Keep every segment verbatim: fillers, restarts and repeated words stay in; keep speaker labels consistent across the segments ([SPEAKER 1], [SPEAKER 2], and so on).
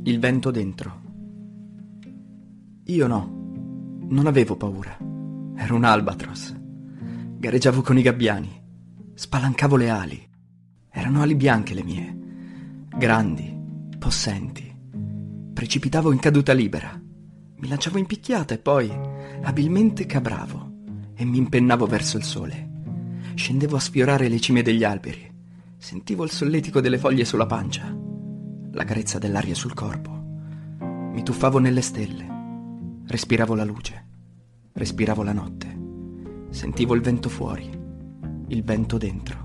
[SPEAKER 1] Il vento dentro. Io no, non avevo paura. Ero un albatros. Gareggiavo con i gabbiani. Spalancavo le ali. Erano ali bianche le mie. Grandi, possenti. Precipitavo in caduta libera. Mi lanciavo in picchiata e poi, abilmente cabravo e mi impennavo verso il sole. Scendevo a sfiorare le cime degli alberi. Sentivo il solletico delle foglie sulla pancia, la carezza dell'aria sul corpo. Mi tuffavo nelle stelle. Respiravo la luce. Respiravo la notte. Sentivo il vento fuori, il vento dentro.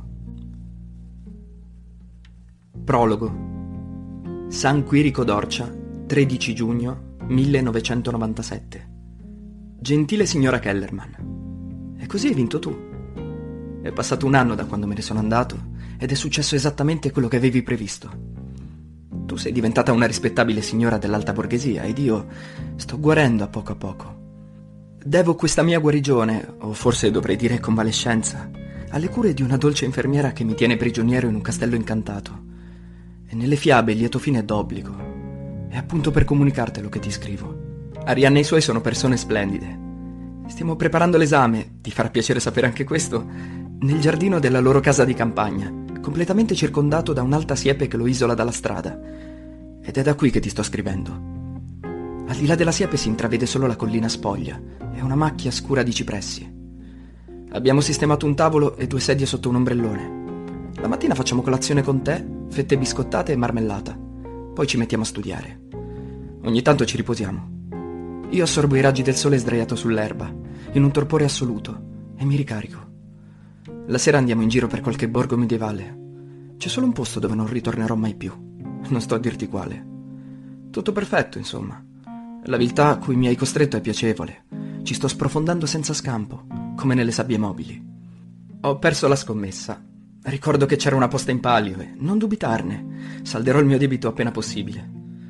[SPEAKER 1] Prologo. San Quirico d'Orcia, tredici giugno millenovecentonovantasette. Gentile signora Kellerman, e così hai vinto tu. È passato un anno da quando me ne sono andato ed è successo esattamente quello che avevi previsto. Tu sei diventata una rispettabile signora dell'alta borghesia ed io sto guarendo a poco a poco. Devo questa mia guarigione, o forse dovrei dire convalescenza, alle cure di una dolce infermiera che mi tiene prigioniero in un castello incantato. E nelle fiabe il lieto fine è d'obbligo. È appunto per comunicartelo che ti scrivo. Arianna e i suoi sono persone splendide. Stiamo preparando l'esame, ti farà piacere sapere anche questo, nel giardino della loro casa di campagna, completamente circondato da un'alta siepe che lo isola dalla strada. Ed è da qui che ti sto scrivendo. Al di là della siepe si intravede solo la collina spoglia e una macchia scura di cipressi. Abbiamo sistemato un tavolo e due sedie sotto un ombrellone. La mattina facciamo colazione con tè, fette biscottate e marmellata. Poi ci mettiamo a studiare. Ogni tanto ci riposiamo. Io assorbo i raggi del sole sdraiato sull'erba, in un torpore assoluto, e mi ricarico. La sera andiamo in giro per qualche borgo medievale. C'è solo un posto dove non ritornerò mai più. Non sto a dirti quale. Tutto perfetto, insomma. La viltà a cui mi hai costretto è piacevole. Ci sto sprofondando senza scampo, come nelle sabbie mobili. Ho perso la scommessa. Ricordo che c'era una posta in palio e non dubitarne. Salderò il mio debito appena possibile.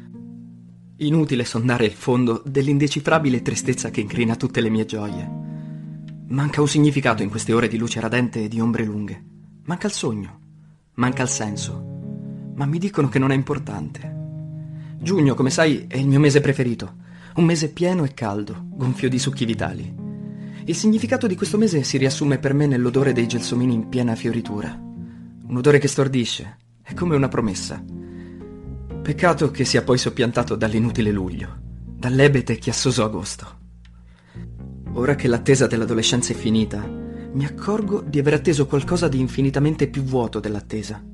[SPEAKER 1] Inutile sondare il fondo dell'indecifrabile tristezza che incrina tutte le mie gioie. Manca un significato in queste ore di luce radente e di ombre lunghe. Manca il sogno. Manca il senso. Ma mi dicono che non è importante. Giugno, come sai, è il mio mese preferito. Un mese pieno e caldo, gonfio di succhi vitali. Il significato di questo mese si riassume per me nell'odore dei gelsomini in piena fioritura. Un odore che stordisce, è come una promessa. Peccato che sia poi soppiantato dall'inutile luglio, dall'ebete e chiassoso agosto. Ora che l'attesa dell'adolescenza è finita, mi accorgo di aver atteso qualcosa di infinitamente più vuoto dell'attesa.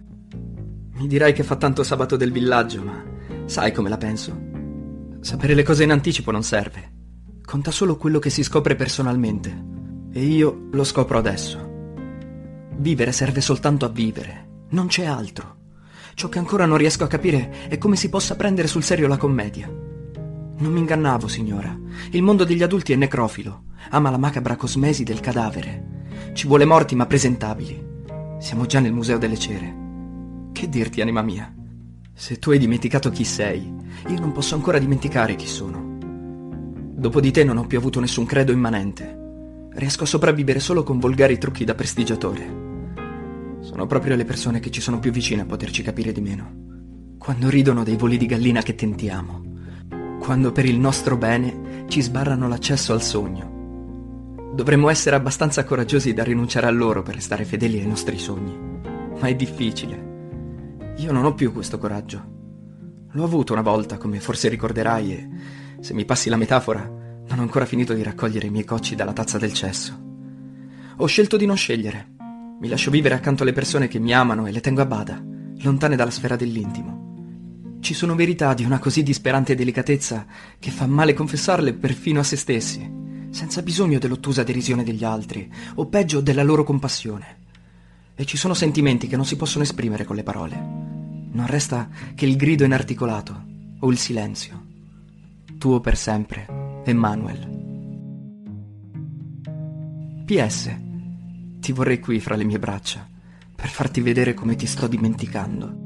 [SPEAKER 1] Mi dirai che fa tanto sabato del villaggio, ma sai come la penso? Sapere le cose in anticipo non serve. Conta solo quello che si scopre personalmente. E io lo scopro adesso. Vivere serve soltanto a vivere. Non c'è altro. Ciò che ancora non riesco a capire è come si possa prendere sul serio la commedia. Non mi ingannavo, signora. Il mondo degli adulti è necrofilo. Ama la macabra cosmesi del cadavere. Ci vuole morti ma presentabili. Siamo già nel museo delle cere. Che dirti, anima mia? Se tu hai dimenticato chi sei, io non posso ancora dimenticare chi sono. Dopo di te non ho più avuto nessun credo immanente. Riesco a sopravvivere solo con volgari trucchi da prestigiatore. Sono proprio le persone che ci sono più vicine a poterci capire di meno. Quando ridono dei voli di gallina che tentiamo. Quando per il nostro bene ci sbarrano l'accesso al sogno. Dovremmo essere abbastanza coraggiosi da rinunciare a loro per restare fedeli ai nostri sogni. Ma è difficile. Io non ho più questo coraggio. L'ho avuto una volta, come forse ricorderai, e, se mi passi la metafora, non ho ancora finito di raccogliere i miei cocci dalla tazza del cesso. Ho scelto di non scegliere. Mi lascio vivere accanto alle persone che mi amano e le tengo a bada, lontane dalla sfera dell'intimo. Ci sono verità di una così disperante delicatezza che fa male confessarle perfino a se stessi, senza bisogno dell'ottusa derisione degli altri, o peggio della loro compassione. E ci sono sentimenti che non si possono esprimere con le parole. Non resta che il grido inarticolato o il silenzio. Tuo per sempre, Emmanuel. P S. Ti vorrei qui fra le mie braccia, per farti vedere come ti sto dimenticando.